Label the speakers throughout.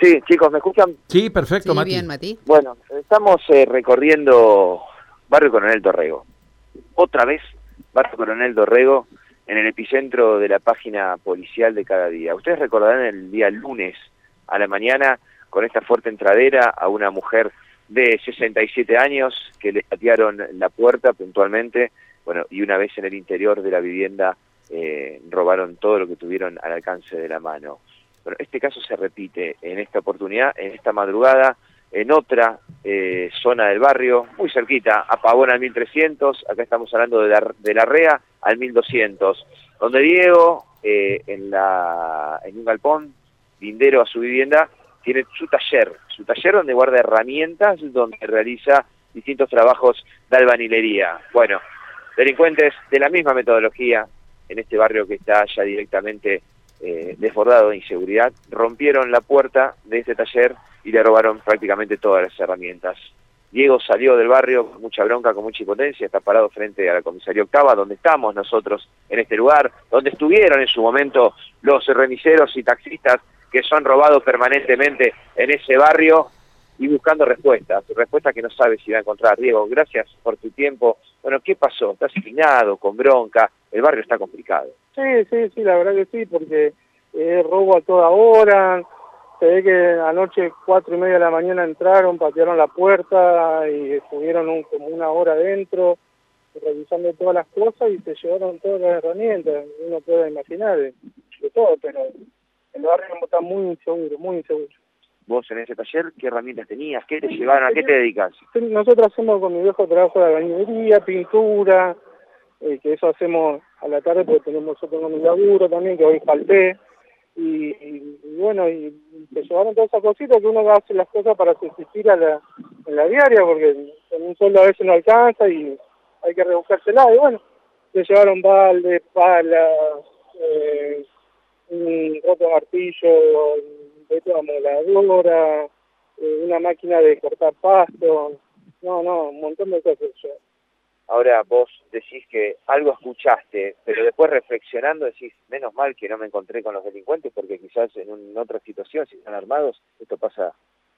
Speaker 1: Sí, chicos, ¿me escuchan?
Speaker 2: Sí, perfecto,
Speaker 3: Sí,
Speaker 2: Mati.
Speaker 3: bien, Mati.
Speaker 1: Bueno, estamos recorriendo Barrio Coronel Dorrego. Otra vez, Barrio Coronel Dorrego, en el epicentro de la página policial de cada día. Ustedes recordarán el día lunes a la mañana, con esta fuerte entradera a una mujer de 67 años que le patearon la puerta puntualmente, bueno, y una vez en el interior de la vivienda robaron todo lo que tuvieron al alcance de la mano. Bueno, este caso se repite en esta oportunidad, en esta madrugada, en otra zona del barrio, muy cerquita, a Pavón al 1300, acá estamos hablando de la REA al 1200, donde Diego, en un galpón, lindero a su vivienda, tiene su taller donde guarda herramientas, donde realiza distintos trabajos de albañilería. Bueno, delincuentes de la misma metodología, en este barrio que está ya directamente desbordado de inseguridad, rompieron la puerta de este taller y le robaron prácticamente todas las herramientas. Diego salió del barrio con mucha bronca, con mucha impotencia, está parado frente a la comisaría octava, donde estamos nosotros en este lugar, donde estuvieron en su momento los remiseros y taxistas que son robados permanentemente en ese barrio y buscando respuestas que no sabe si va a encontrar. Diego, gracias por tu tiempo. Bueno, ¿qué pasó? ¿Estás indignado, con bronca? El barrio está complicado.
Speaker 4: Sí, la verdad que sí, porque robo a toda hora. Se ve que anoche 4:30 de la mañana entraron, patearon la puerta y estuvieron como una hora adentro revisando todas las cosas y se llevaron todas las herramientas. Uno puede imaginar de todo, pero el barrio está muy inseguro, muy inseguro.
Speaker 1: Vos en ese taller, ¿qué herramientas tenías? ¿Qué te llevaron? ¿A qué te dedicas?
Speaker 4: Nosotros hacemos con mi viejo trabajo de albañilería, pintura, que eso hacemos a la tarde porque yo tengo mi laburo también, que hoy falté. Y bueno, y se llevaron todas esas cositas que uno hace las cosas para subsistir en la diaria, porque con un sueldo a veces no alcanza y hay que rebuscársela. Y bueno, se llevaron baldes, palas, un roto martillo, de amoladora, una máquina de cortar pasto, un montón de cosas.
Speaker 1: Ahora vos decís que algo escuchaste, pero después reflexionando decís, menos mal que no me encontré con los delincuentes, porque quizás en otra situación, si están armados, esto pasa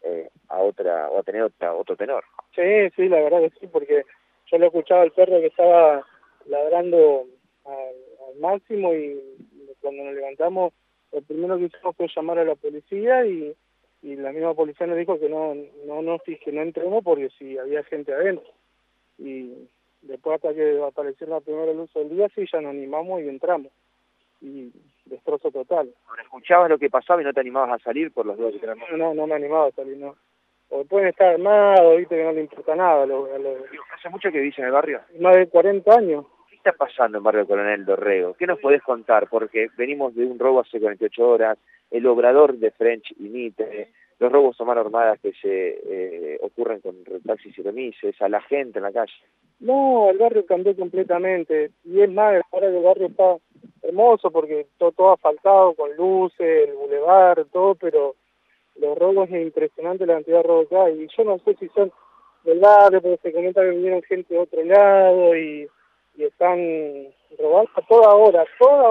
Speaker 1: a tener otro tenor.
Speaker 4: Sí, la verdad que sí, porque yo lo escuchaba al perro que estaba ladrando al máximo y cuando nos levantamos, lo primero que hicimos fue llamar a la policía y la misma policía nos dijo que no entremos porque si había gente adentro. Y después hasta que apareció la primera luz del día, sí, ya nos animamos y entramos. Y destrozo total.
Speaker 1: Ahora, ¿escuchabas lo que pasaba y no te animabas a salir por los dos que te
Speaker 4: No me animaba a salir, no. O pueden estar armados, viste que no le importa nada.
Speaker 1: ¿Hace mucho que vivís en el barrio?
Speaker 4: Más de 40 años.
Speaker 1: ¿Qué está pasando en Barrio Coronel Dorrego? ¿Qué nos podés contar? Porque venimos de un robo hace 48 horas, el obrador de French y Mitre, los robos a mano armada que se ocurren con taxis y remises, a la gente en la calle.
Speaker 4: No, el barrio cambió completamente. Y es más, ahora el barrio está hermoso porque todo asfaltado, con luces, el bulevar, todo, pero los robos es impresionante la cantidad de robos que hay. Y yo no sé si son del barrio, porque se comenta que vinieron gente de otro lado y están robando a toda hora.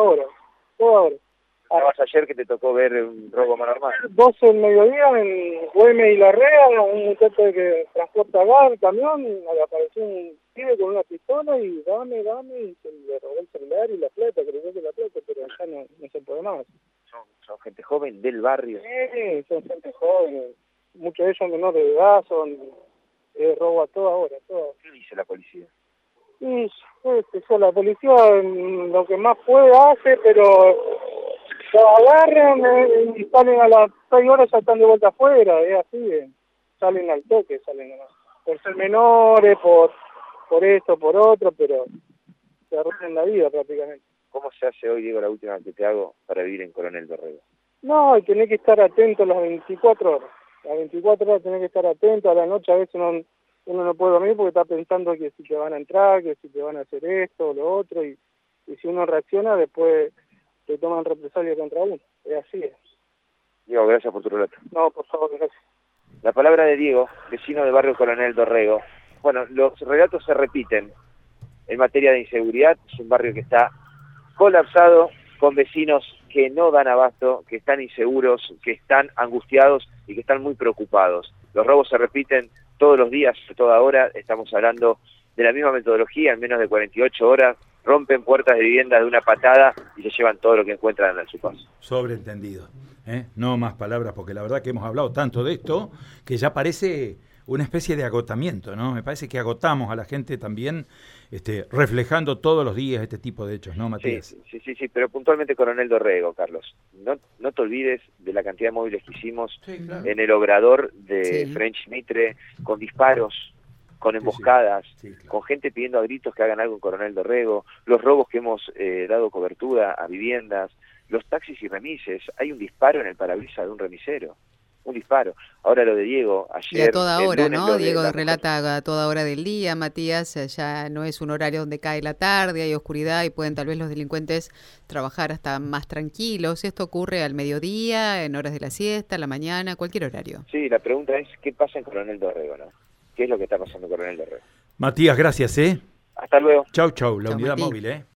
Speaker 1: ¿Estabas ayer que te tocó ver un robo a mano armada?
Speaker 4: 12 del mediodía en Güemes y La Rea, un muchacho que transporta gas, el camión, apareció un pibe con una pistola y dame, y se le robó el celular y la plata, creyó que la plata, pero acá no se puede más.
Speaker 1: Son gente joven del barrio.
Speaker 4: Sí, son gente joven, muchos de ellos menores de edad, son robo a toda hora, todo.
Speaker 1: ¿Qué dice la policía?
Speaker 4: Y la policía lo que más puede hace, pero lo agarran y salen a las 6 horas, ya están de vuelta afuera, es así, salen al toque, por ser menores, por esto, por otro, pero se arruinan la vida prácticamente.
Speaker 1: ¿Cómo se hace hoy, Diego, la última que te hago, para vivir en Coronel Dorrego?
Speaker 4: No, hay que estar atento las 24 horas. Las 24 horas tenés que estar atento, a la noche a veces uno no puede dormir porque está pensando que si te van a entrar, que si te van a hacer esto o lo otro, y si uno reacciona, después te toman represalia contra uno. Es así.
Speaker 1: Diego, gracias por tu relato.
Speaker 4: No, por favor, gracias.
Speaker 1: La palabra de Diego, vecino del barrio Coronel Dorrego. Bueno, los relatos se repiten en materia de inseguridad. Es un barrio que está colapsado, con vecinos que no dan abasto, que están inseguros, que están angustiados y que están muy preocupados. Los robos se repiten todos los días, a toda hora. Estamos hablando de la misma metodología. En menos de 48 horas rompen puertas de vivienda de una patada y se llevan todo lo que encuentran a su paso.
Speaker 2: Sobreentendido. No más palabras, porque la verdad que hemos hablado tanto de esto que ya parece una especie de agotamiento, ¿no? Me parece que agotamos a la gente también, reflejando todos los días este tipo de hechos, ¿no, Matías?
Speaker 1: Sí, pero puntualmente Coronel Dorrego, Carlos. No te olvides de la cantidad de móviles que hicimos en el obrador de French Mitre, con disparos, con emboscadas, con gente pidiendo a gritos que hagan algo en Coronel Dorrego, los robos que hemos dado cobertura a viviendas, los taxis y remises. Hay un disparo en el parabrisas de un remisero. Un disparo. Ahora lo de Diego, ayer...
Speaker 3: Y a toda hora, ¿no? Diego relata a toda hora del día, Matías, ya no es un horario donde cae la tarde, hay oscuridad y pueden tal vez los delincuentes trabajar hasta más tranquilos. Esto ocurre al mediodía, en horas de la siesta, a la mañana, cualquier horario.
Speaker 1: Sí, la pregunta es, ¿qué pasa en Coronel Dorrego, no? ¿Qué es lo que está pasando en Coronel Dorrego?
Speaker 2: Matías, gracias,
Speaker 1: Hasta luego.
Speaker 2: Chau, la
Speaker 3: Chau,
Speaker 2: unidad
Speaker 3: Mati.
Speaker 2: móvil,